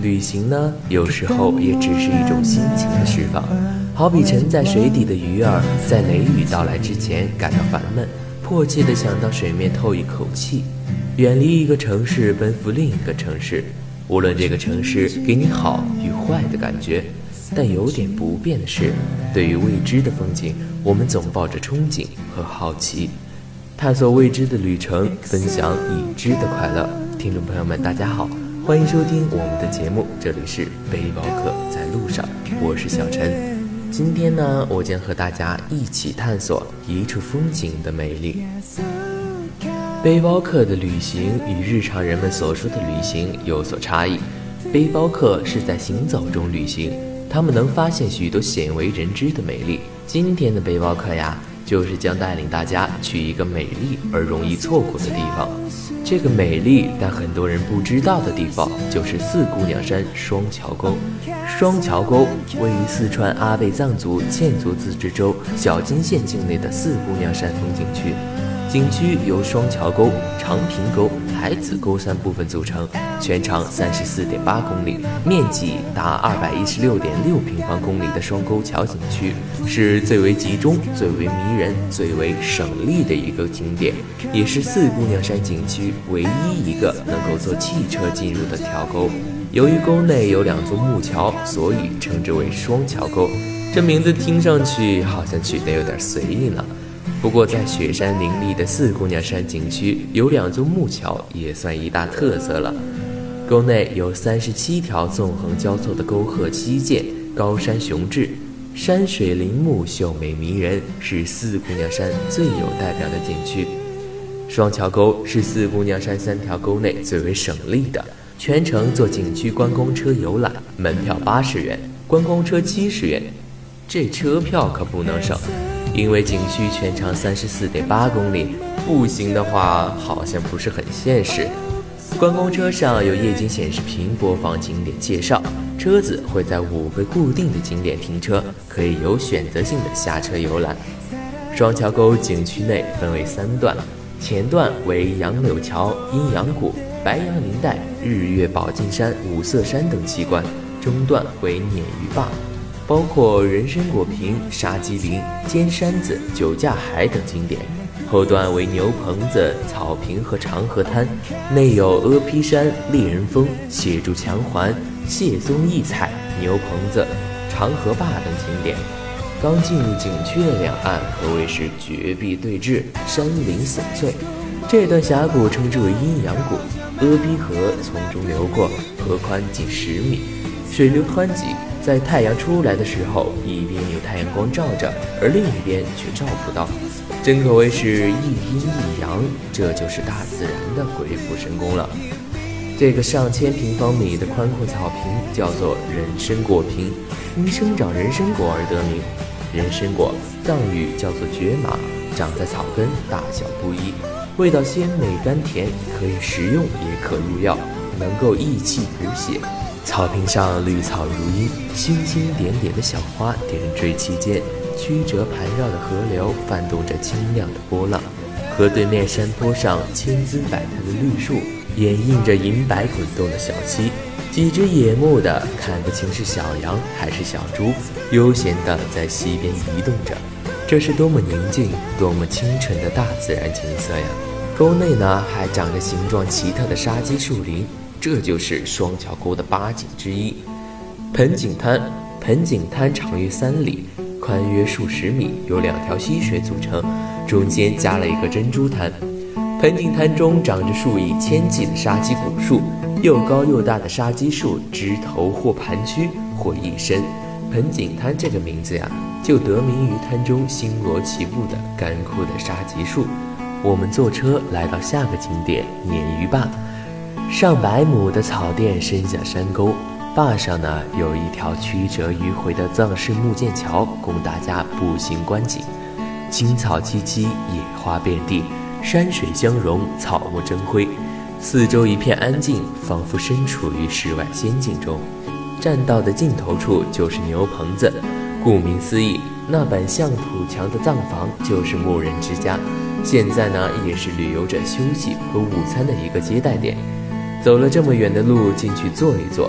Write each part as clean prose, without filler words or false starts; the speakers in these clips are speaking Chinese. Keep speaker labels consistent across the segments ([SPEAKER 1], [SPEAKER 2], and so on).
[SPEAKER 1] 旅行呢，有时候也只是一种心情的释放。好比沉在水底的鱼儿，在雷雨到来之前感到烦闷，迫切地想到水面透一口气，远离一个城市，奔赴另一个城市。无论这个城市给你好与坏的感觉，但有点不变的是，对于未知的风景，我们总抱着憧憬和好奇，探索未知的旅程，分享已知的快乐。听众朋友们，大家好，欢迎收听我们的节目，这里是背包客在路上，我是小陈。今天呢，我将和大家一起探索一处风景的美丽。背包客的旅行与日常人们所说的旅行有所差异。背包客是在行走中旅行，他们能发现许多鲜为人知的美丽。今天的背包客呀，就是将带领大家去一个美丽而容易错过的地方。这个美丽但很多人不知道的地方，就是四姑娘山双桥沟。双桥沟位于四川阿倍藏族堑族自治州小金县境内的四姑娘山风景区。景区由双桥沟、长坪沟、海子沟三部分组成，全长34.8公里，面积达216.6平方公里的双沟桥景区，是最为集中、最为迷人、最为省力的一个景点，也是四姑娘山景区唯一一个能够坐汽车进入的条沟。由于沟内有2座木桥，所以称之为双桥沟。这名字听上去好像取得有点随意呢。不过在雪山林立的四姑娘山景区，有2座木桥也算一大特色了。沟内有37条纵横交错的沟壑溪涧，高山雄峙，山水林木秀美迷人，是四姑娘山最有代表的景区。双桥沟是四姑娘山3条沟内最为省力的，全程坐景区观光车游览，门票80元，观光车70元，这车票可不能省。因为景区全长34.8公里，步行的话好像不是很现实。观光车上有液晶显示屏播放景点介绍，车子会在5个固定的景点停车，可以有选择性的下车游览。双桥沟景区内分为3段，前段为杨柳桥、阴阳谷、白杨林带、日月宝镜山、五色山等奇观，中段为鲶鱼坝，包括人参果坪、沙鸡林、尖山子、九架海等景点，后段为牛棚子、草坪和长河滩，内有阿披山、猎人峰、蟹柱墙环、蟹松异彩、牛棚子、长河坝等景点。刚进入景区的两岸可谓是绝壁对峙，山林琐碎。这段峡谷称之为阴阳谷，阿披河从中流过，河宽近10米，水流湍急。在太阳出来的时候，一边有太阳光照着，而另一边却照不到，真可谓是一阴一阳，这就是大自然的鬼斧神工了。这个上千平方米的宽阔草坪叫做人参果坪，因生长人参果而得名。人参果藏语叫做蕨麻，长在草根，大小不一，味道鲜美甘甜，可以食用也可入药，能够益气补血。草坪上绿草如茵，星星点点的小花点缀其间，曲折盘绕的河流泛动着清亮的波浪，河对面山坡上千姿百态的绿树掩映着银白滚动的小溪，几只野牧的看不清是小羊还是小猪，悠闲地在溪边移动着。这是多么宁静，多么清纯的大自然景色呀！沟内呢还长着形状奇特的沙鸡树林，这就是双桥沟的8景之一。盆景滩，盆景滩长约3里，宽约数十米，由2条溪水组成，中间加了一个珍珠滩。盆景滩中长着数以千计的沙鸡古树，又高又大的沙鸡树枝头或盘曲或一伸，盆景滩这个名字呀，就得名于滩中星罗棋布的干枯的沙棘树。我们坐车来到下个景点鲶鱼坝，上百亩的草甸伸向山沟，坝上呢有一条曲折迂回的藏式木剑桥，供大家步行观景。青草萋萋，野花遍地，山水相融，草木争辉，四周一片安静，仿佛身处于世外仙境中。栈道的尽头处就是牛棚子，顾名思义，那本像土墙的藏房就是牧人之家，现在呢也是旅游者休息和午餐的一个接待点。走了这么远的路进去坐一坐，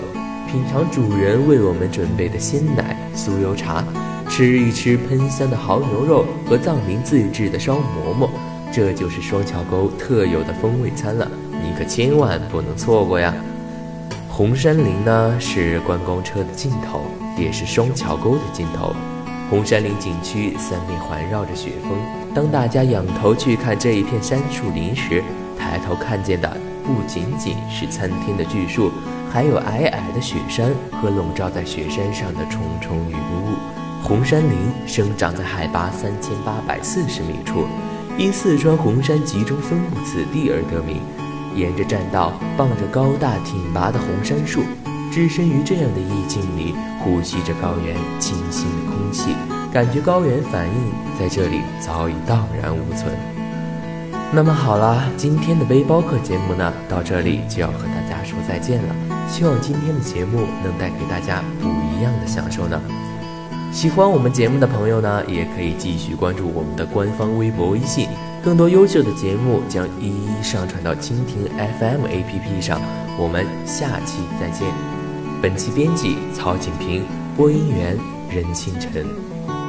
[SPEAKER 1] 品尝主人为我们准备的鲜奶、酥油茶，吃一吃喷香的蚝牛肉和藏民自制的烧馍馍，这就是双桥沟特有的风味餐了，你可千万不能错过呀！红山林呢是观光车的尽头，也是双桥沟的尽头。红山林景区三面环绕着雪峰，当大家仰头去看这一片杉树林时，抬头看见的不仅仅是参天的巨树，还有皑皑的雪山和笼罩在雪山上的重重云雾。红山林生长在海拔3840米处，因四川红山集中分布此地而得名。沿着栈道傍着高大挺拔的红杉树，置身于这样的意境里，呼吸着高原清新的空气，感觉高原反应在这里早已荡然无存。那么好啦，今天的背包客节目呢，到这里就要和大家说再见了。希望今天的节目能带给大家不一样的享受呢。喜欢我们节目的朋友呢，也可以继续关注我们的官方微博、微信，更多优秀的节目将一一上传到蜻蜓 FM APP 上。我们下期再见。本期编辑曹锦平，播音员任清晨。